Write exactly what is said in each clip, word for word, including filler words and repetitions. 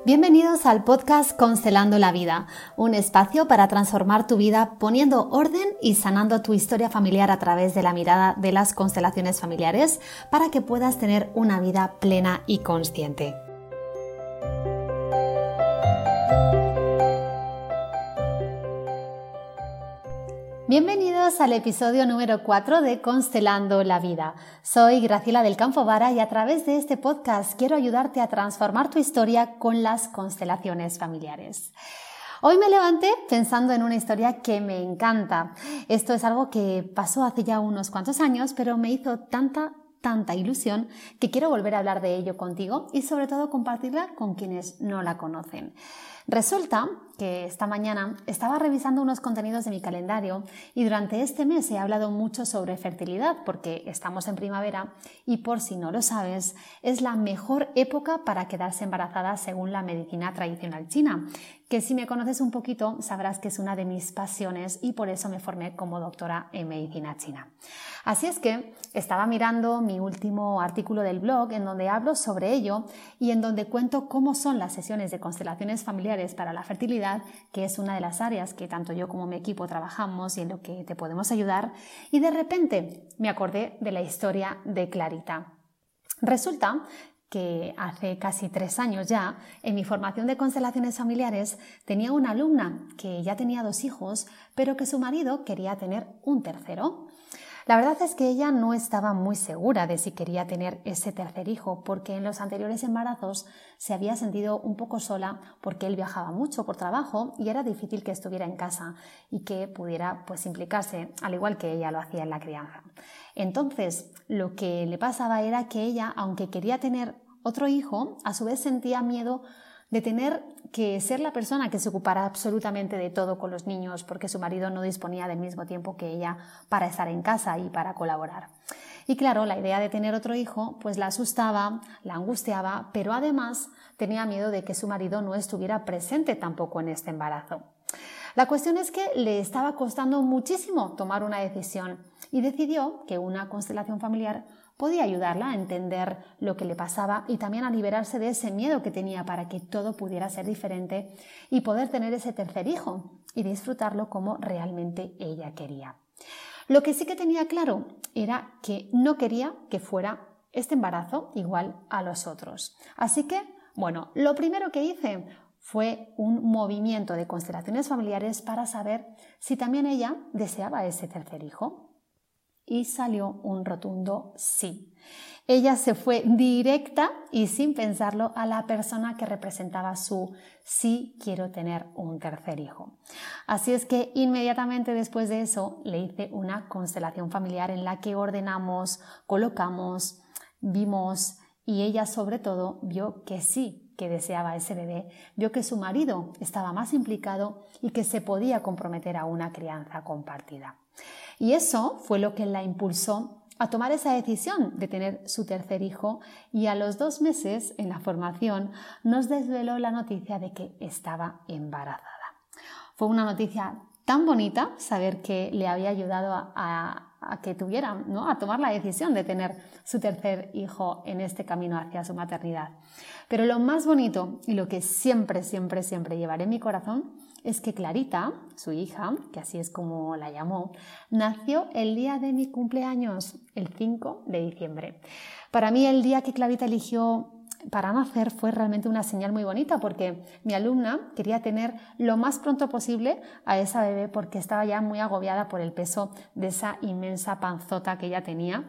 Bienvenidos al podcast Constelando la Vida, un espacio para transformar tu vida poniendo orden y sanando tu historia familiar a través de la mirada de las constelaciones familiares para que puedas tener una vida plena y consciente. Bienvenidos al episodio número cuatro de Constelando la Vida. Soy Graciela del Campo Vara y a través de este podcast quiero ayudarte a transformar tu historia con las constelaciones familiares. Hoy me levanté pensando en una historia que me encanta. Esto es algo que pasó hace ya unos cuantos años, pero me hizo tanta, tanta ilusión que quiero volver a hablar de ello contigo y sobre todo compartirla con quienes no la conocen. Resulta que esta mañana estaba revisando unos contenidos de mi calendario y durante este mes he hablado mucho sobre fertilidad porque estamos en primavera y, por si no lo sabes, es la mejor época para quedarse embarazada según la medicina tradicional china, que si me conoces un poquito sabrás que es una de mis pasiones y por eso me formé como doctora en medicina china. Así es que estaba mirando mi último artículo del blog en donde hablo sobre ello y en donde cuento cómo son las sesiones de constelaciones familiares para la fertilidad, que es una de las áreas que tanto yo como mi equipo trabajamos y en lo que te podemos ayudar, y de repente me acordé de la historia de Clarita. Resulta que hace casi tres años ya, en mi formación de constelaciones familiares, tenía una alumna que ya tenía dos hijos, pero que su marido quería tener un tercero. La verdad es que ella no estaba muy segura de si quería tener ese tercer hijo, porque en los anteriores embarazos se había sentido un poco sola porque él viajaba mucho por trabajo y era difícil que estuviera en casa y que pudiera pues implicarse, al igual que ella lo hacía en la crianza. Entonces, lo que le pasaba era que ella, aunque quería tener otro hijo, a su vez sentía miedo de tener que ser la persona que se ocupara absolutamente de todo con los niños porque su marido no disponía del mismo tiempo que ella para estar en casa y para colaborar. Y claro, la idea de tener otro hijo pues la asustaba, la angustiaba, pero además tenía miedo de que su marido no estuviera presente tampoco en este embarazo. La cuestión es que le estaba costando muchísimo tomar una decisión y decidió que una constelación familiar podía ayudarla a entender lo que le pasaba y también a liberarse de ese miedo que tenía para que todo pudiera ser diferente y poder tener ese tercer hijo y disfrutarlo como realmente ella quería. Lo que sí que tenía claro era que no quería que fuera este embarazo igual a los otros. Así que, bueno, lo primero que hice fue un movimiento de constelaciones familiares para saber si también ella deseaba ese tercer hijo. Y salió un rotundo sí. Ella se fue directa y sin pensarlo a la persona que representaba su sí quiero tener un tercer hijo. Así es que inmediatamente después de eso le hice una constelación familiar en la que ordenamos, colocamos, vimos y ella sobre todo vio que sí, que deseaba ese bebé, vio que su marido estaba más implicado y que se podía comprometer a una crianza compartida. Y eso fue lo que la impulsó a tomar esa decisión de tener su tercer hijo y a los dos meses en la formación nos desveló la noticia de que estaba embarazada. Fue una noticia tan bonita saber que le había ayudado a, a, a que tuviera, ¿no? a tomar la decisión de tener su tercer hijo en este camino hacia su maternidad. Pero lo más bonito y lo que siempre, siempre, siempre llevaré en mi corazón es que Clarita, su hija, que así es como la llamó, nació el día de mi cumpleaños, el cinco de diciembre. Para mí el día que Clarita eligió para nacer fue realmente una señal muy bonita porque mi alumna quería tener lo más pronto posible a esa bebé porque estaba ya muy agobiada por el peso de esa inmensa panzota que ella tenía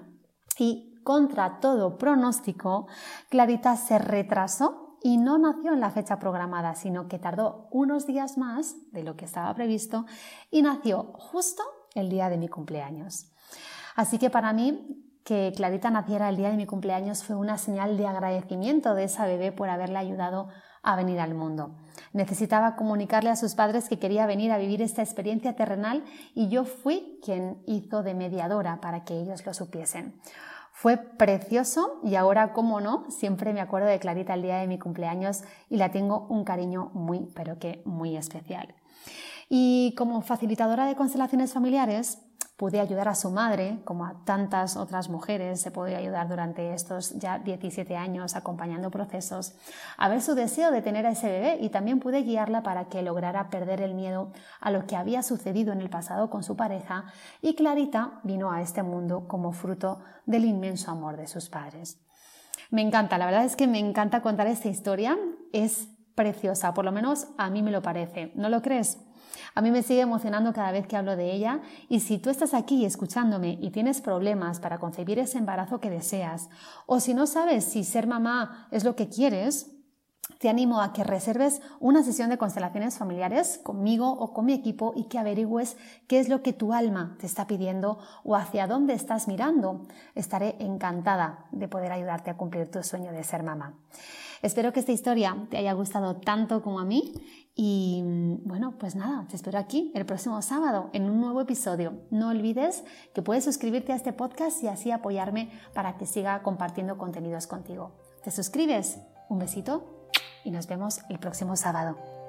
y contra todo pronóstico, Clarita se retrasó y no nació en la fecha programada, sino que tardó unos días más de lo que estaba previsto y nació justo el día de mi cumpleaños. Así que para mí, que Clarita naciera el día de mi cumpleaños fue una señal de agradecimiento de esa bebé por haberle ayudado a venir al mundo. Necesitaba comunicarle a sus padres que quería venir a vivir esta experiencia terrenal y yo fui quien hizo de mediadora para que ellos lo supiesen. Fue precioso y ahora, cómo no, siempre me acuerdo de Clarita el día de mi cumpleaños y la tengo un cariño muy, pero que muy especial. Y como facilitadora de constelaciones familiares, pude ayudar a su madre, como a tantas otras mujeres, se puede ayudar durante estos ya diecisiete años acompañando procesos, a ver su deseo de tener a ese bebé, y también pude guiarla para que lograra perder el miedo a lo que había sucedido en el pasado con su pareja, y Clarita vino a este mundo como fruto del inmenso amor de sus padres. Me encanta, la verdad es que me encanta contar esta historia, es preciosa, por lo menos a mí me lo parece, ¿no lo crees? A mí me sigue emocionando cada vez que hablo de ella, y si tú estás aquí escuchándome y tienes problemas para concebir ese embarazo que deseas, o si no sabes si ser mamá es lo que quieres, te animo a que reserves una sesión de constelaciones familiares conmigo o con mi equipo y que averigües qué es lo que tu alma te está pidiendo o hacia dónde estás mirando. Estaré encantada de poder ayudarte a cumplir tu sueño de ser mamá. Espero que esta historia te haya gustado tanto como a mí y bueno, pues nada, te espero aquí el próximo sábado en un nuevo episodio. No olvides que puedes suscribirte a este podcast y así apoyarme para que siga compartiendo contenidos contigo. ¿Te suscribes? Un besito y nos vemos el próximo sábado.